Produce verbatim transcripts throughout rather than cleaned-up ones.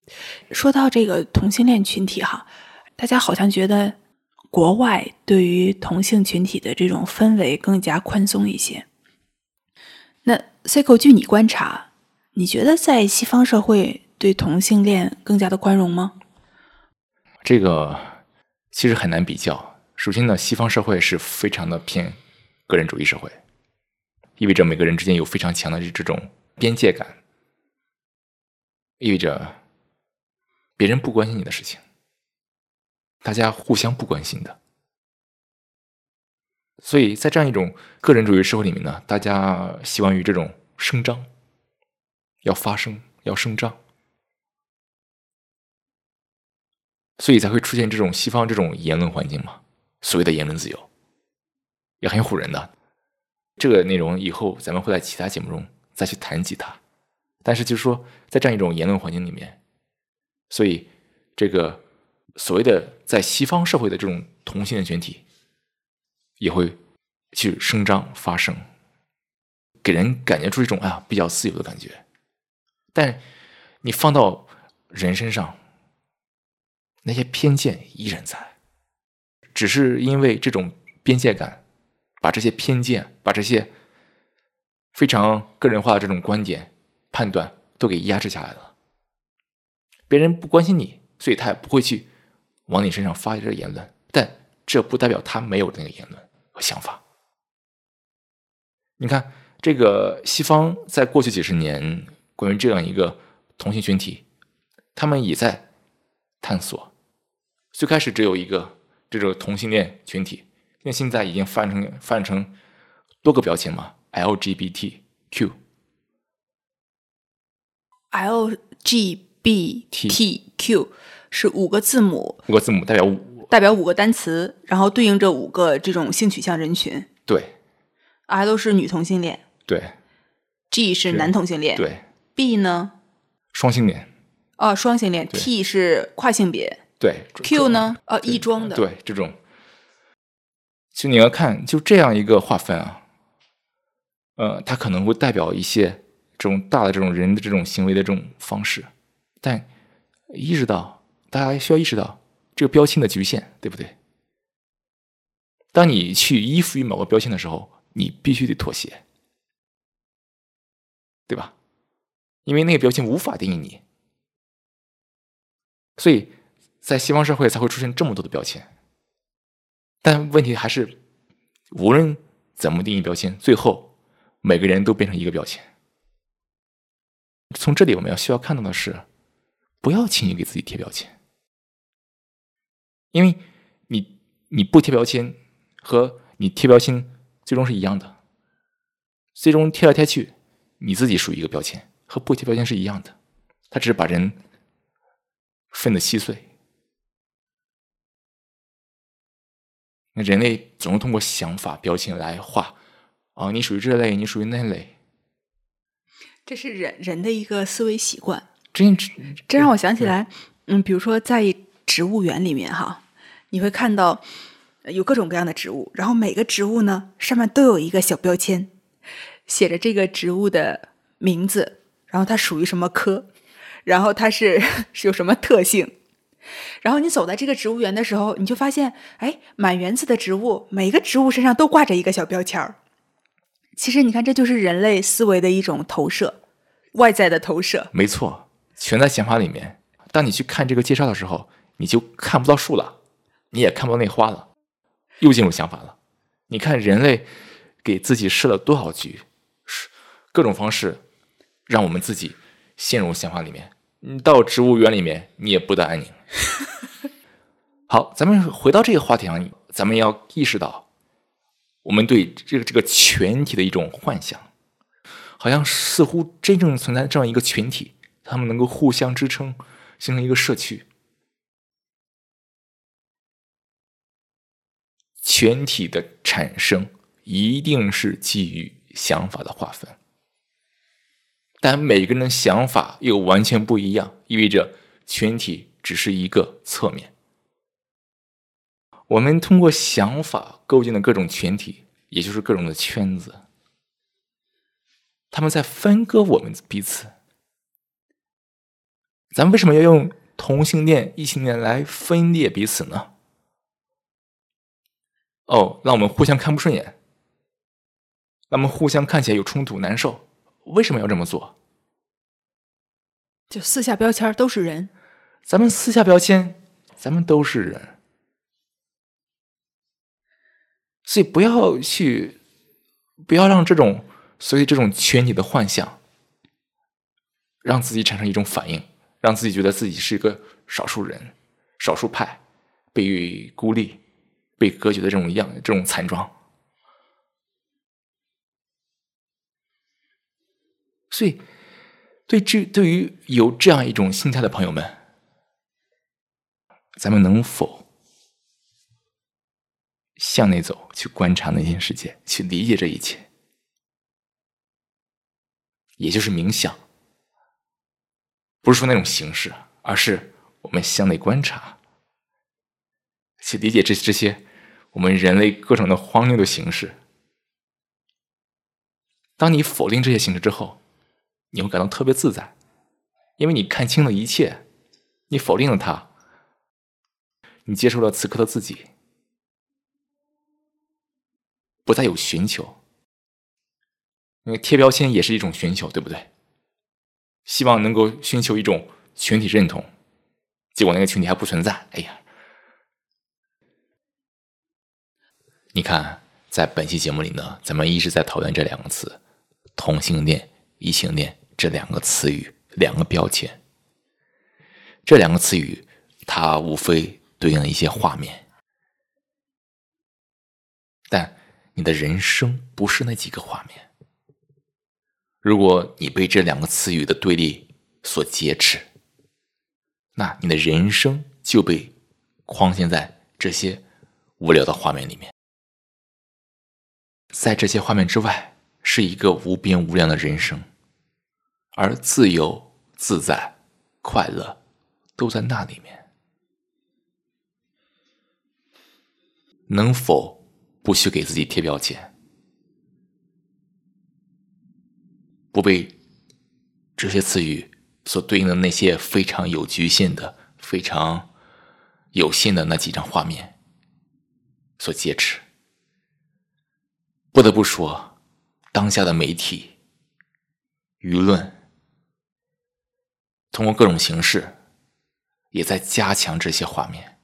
说到这个同性恋群体哈，大家好像觉得国外对于同性群体的这种氛围更加宽松一些。那 Seiko 据你观察，你觉得在西方社会对同性恋更加的宽容吗？ 这个其实很难比较。首先呢，西方社会是非常的偏个人主义社会，意味着每个人之间有非常强的这种边界感，意味着别人不关心你的事情，大家互相不关心的。所以在这样一种个人主义社会里面呢，大家希望于这种声张，要发声，要声张，所以才会出现这种西方这种言论环境嘛，所谓的言论自由也很唬人的。这个内容以后咱们会在其他节目中再去谈及它。但是就是说，在这样一种言论环境里面，所以这个所谓的在西方社会的这种同性恋群体也会去声张发声，给人感觉出一种啊比较自由的感觉。但你放到人身上，那些偏见依然在，只是因为这种边界感，把这些偏见，把这些非常个人化的这种观点判断都给压制下来了。别人不关心你，所以他也不会去往你身上发这个言论，但这不代表他没有那个言论和想法。你看，这个西方在过去几十年关于这样一个同性群体，他们也在探索。最开始只有一个这种同性恋群体，那现在已经泛成泛成多个标签嘛 ，L G B T Q。L G B T Q 是五个字母， 五个字母代表五， 代表五个单词，然后对应着五个这种性取向人群。 对 ，L 是女同性恋， 对 ，G 是男同性恋， 对 ，B 呢？ 双性恋。 哦，双性恋 ，T 是跨性别， 对 ，Q 呢？呃，异装的。 对，这种，就你要看，就这样一个划分啊，呃，它可能会代表一些这种大的这种人的这种行为的这种方式，但意识到，大家需要意识到这个标签的局限，对不对？当你去依附于某个标签的时候，你必须得妥协，对吧？因为那个标签无法定义你，所以在西方社会才会出现这么多的标签。但问题还是，无论怎么定义标签，最后每个人都变成一个标签。从这里我们要需要看到的是，不要轻易给自己贴标签，因为你你不贴标签和你贴标签最终是一样的，最终贴来贴去，你自己属于一个标签，和不贴标签是一样的，它只是把人分得稀碎。人类总是通过想法、标签来画，啊，你属于这类，你属于那类。 这是人人的一个思维习惯。 这这让我想起来，嗯，比如说在植物园里面哈，你会看到有各种各样的植物，然后每个植物呢上面都有一个小标签，写着这个植物的名字，然后它属于什么科，然后它是是有什么特性。然后你走在这个植物园的时候，你就发现，哎，满园子的植物，每个植物身上都挂着一个小标签儿。其实你看，这就是人类思维的一种投射，外在的投射。 没错，全在想法里面。当你去看这个介绍的时候，你就看不到树了，你也看不到那花了，又进入想法了。你看人类给自己设了多少局，各种方式让我们自己陷入想法里面。你到植物园里面，你也不得安宁。好，咱们回到这个话题上，咱们要意识到，我们对这个这个群体的一种幻想，好像似乎真正存在这样一个群体，他们能够互相支撑，形成一个社区。群体的产生一定是基于想法的划分。但每个人的想法又完全不一样，意味着群体只是一个侧面。我们通过想法构建的各种群体，也就是各种的圈子，他们在分割我们彼此。 咱们为什么要用同性恋、异性恋来分裂彼此呢？哦，让我们互相看不顺眼，让我们互相看起来有冲突、难受。为什么要这么做？ 就四下标签都是人， 咱们四下标签，咱们都是人，所以不要去，不要让这种所以这种群体的幻象，让自己产生一种反应，让自己觉得自己是一个少数人、少数派，被孤立、被隔绝的这种样、这种惨状。所以，对这对于有这样一种心态的朋友们，咱们能否向内走，去观察内心世界，去理解这一切？也就是冥想，不是说那种形式，而是我们向内观察，去理解这这些我们人类各种的荒谬的形式。当你否定这些形式之后，你会感到特别自在，因为你看清了一切，你否定了它，你接受了此刻的自己，不再有寻求。因为贴标签也是一种寻求，对不对？希望能够寻求一种群体认同，结果那个群体还不存在。哎呀，你看，在本期节目里呢，咱们一直在讨论这两个词：同性恋、异性恋这两个词语、两个标签。这两个词语，它无非对应了一些画面，但你的人生不是那几个画面。如果你被这两个词语的对立所劫持，那你的人生就被框限在这些无聊的画面里面。在这些画面之外，是一个无边无量的人生，而自由、自在、快乐都在那里面。能否不去给自己贴标签？不被这些词语所对应的那些非常有局限的、非常有限的那几张画面所劫持。不得不说，当下的媒体、舆论，通过各种形式，也在加强这些画面。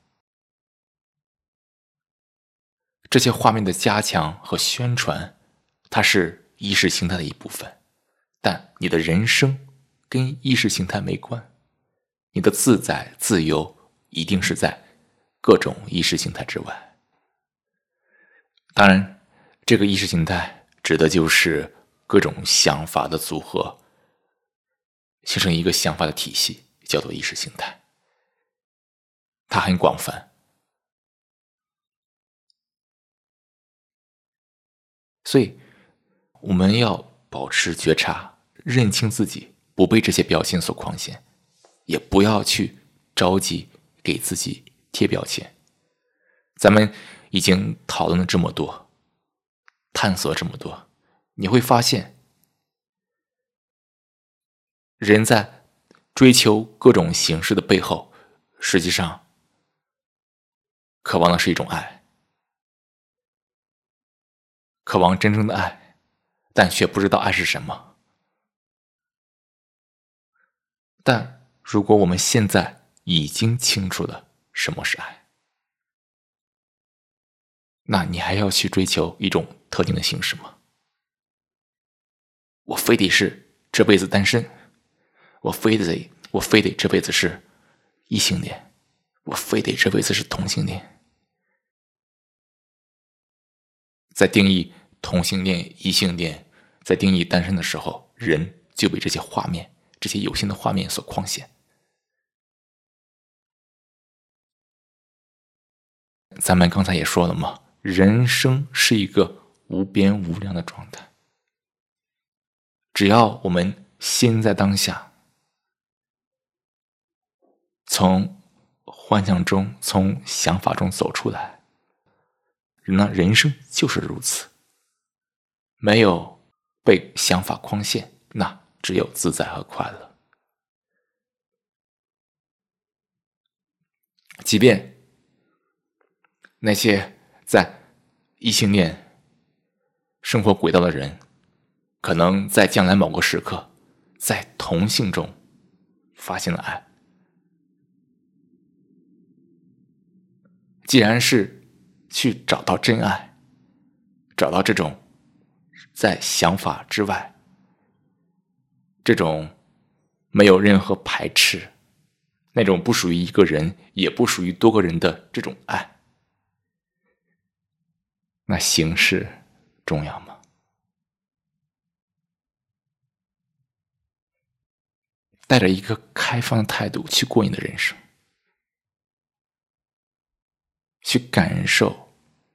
这些画面的加强和宣传，它是意识形态的一部分。但你的人生跟意识形态没关，你的自在自由一定是在各种意识形态之外。当然，这个意识形态指的就是各种想法的组合，形成一个想法的体系，叫做意识形态。它很广泛，所以我们要保持觉察，认清自己，不被这些标签所框限，也不要去着急给自己贴标签。咱们已经讨论了这么多，探索这么多，你会发现，人在追求各种形式的背后，实际上渴望的是一种爱，渴望真正的爱，但却不知道爱是什么。但如果我们现在已经清楚了什么是爱，那你还要去追求一种特定的形式吗？我非得是这辈子单身，我非得我非得这辈子是异性恋，我非得这辈子是同性恋。在定义同性恋、异性恋，在定义单身的时候，人就被这些画面、这些有限的画面所框限。咱们刚才也说了嘛，人生是一个无边无量的状态。只要我们先在当下，从幻想中、从想法中走出来，那人生就是如此，没有被想法框限，那只有自在和快乐。 即便那些在异性恋生活轨道的人，可能在将来某个时刻在同性中发现了爱，既然是去找到真爱，找到这种在想法之外，这种没有任何排斥，那种不属于一个人也不属于多个人的这种爱，那形式重要吗？带着一个开放的态度去过你的人生，去感受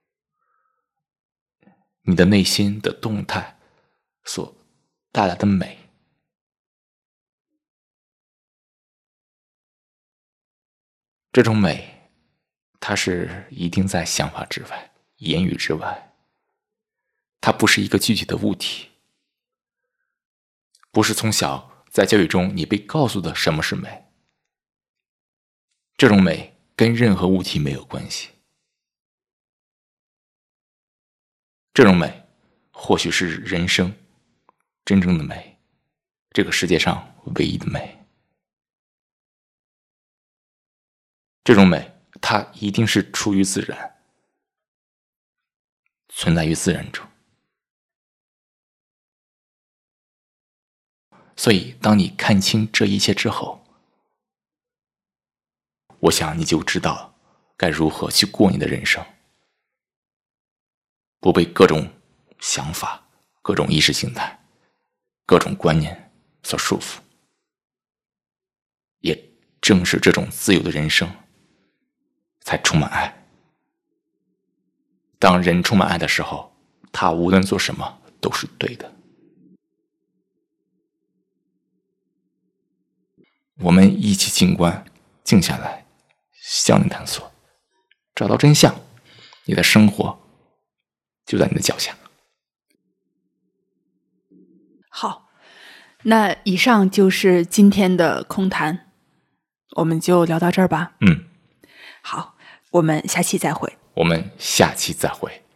你的内心的动态所带来的美。这种美，它是一定在想法之外，言语之外，它不是一个具体的物体，不是从小在教育中你被告诉的什么是美。这种美跟任何物体没有关系。这种美或许是人生真正的美，这个世界上唯一的美。这种美它一定是出于自然，存在于自然中。所以当你看清这一切之后，我想你就知道该如何去过你的人生，不被各种想法、各种意识形态、各种观念所束缚。也正是这种自由的人生才充满爱。当人充满爱的时候，他无论做什么都是对的。我们一起静观，静下来，向内探索，找到真相，你的生活就在你的脚下。 好，那以上就是今天的空谈，我们就聊到这儿吧。 嗯， 好，我们下期再会。 我们下期再会。